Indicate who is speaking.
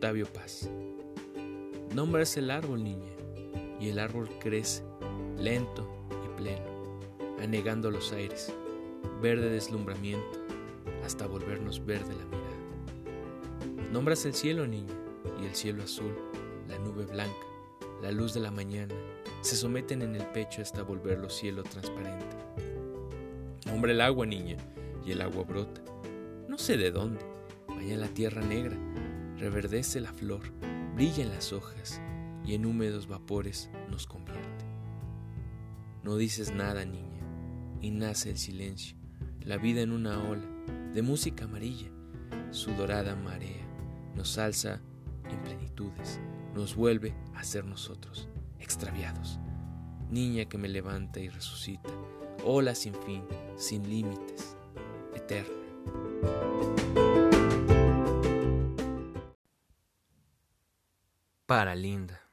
Speaker 1: Octavio Paz. Nombras el árbol, niña, y el árbol crece, lento y pleno, anegando los aires, verde deslumbramiento, hasta volvernos verde la mirada. Nombras el cielo, niña, y el cielo azul, la nube blanca, la luz de la mañana, se someten en el pecho hasta volverlo cielo transparente. Nombra el agua, niña, y el agua brota, no sé de dónde, baña la tierra negra, reverdece la flor, brilla en las hojas y en húmedos vapores nos convierte. No dices nada, niña, y nace el silencio, la vida en una ola de música amarilla, su dorada marea nos alza en plenitudes, nos vuelve a ser nosotros, extraviados. Niña que me levanta y resucita, ola sin fin, sin límites, eterna. Para Linda.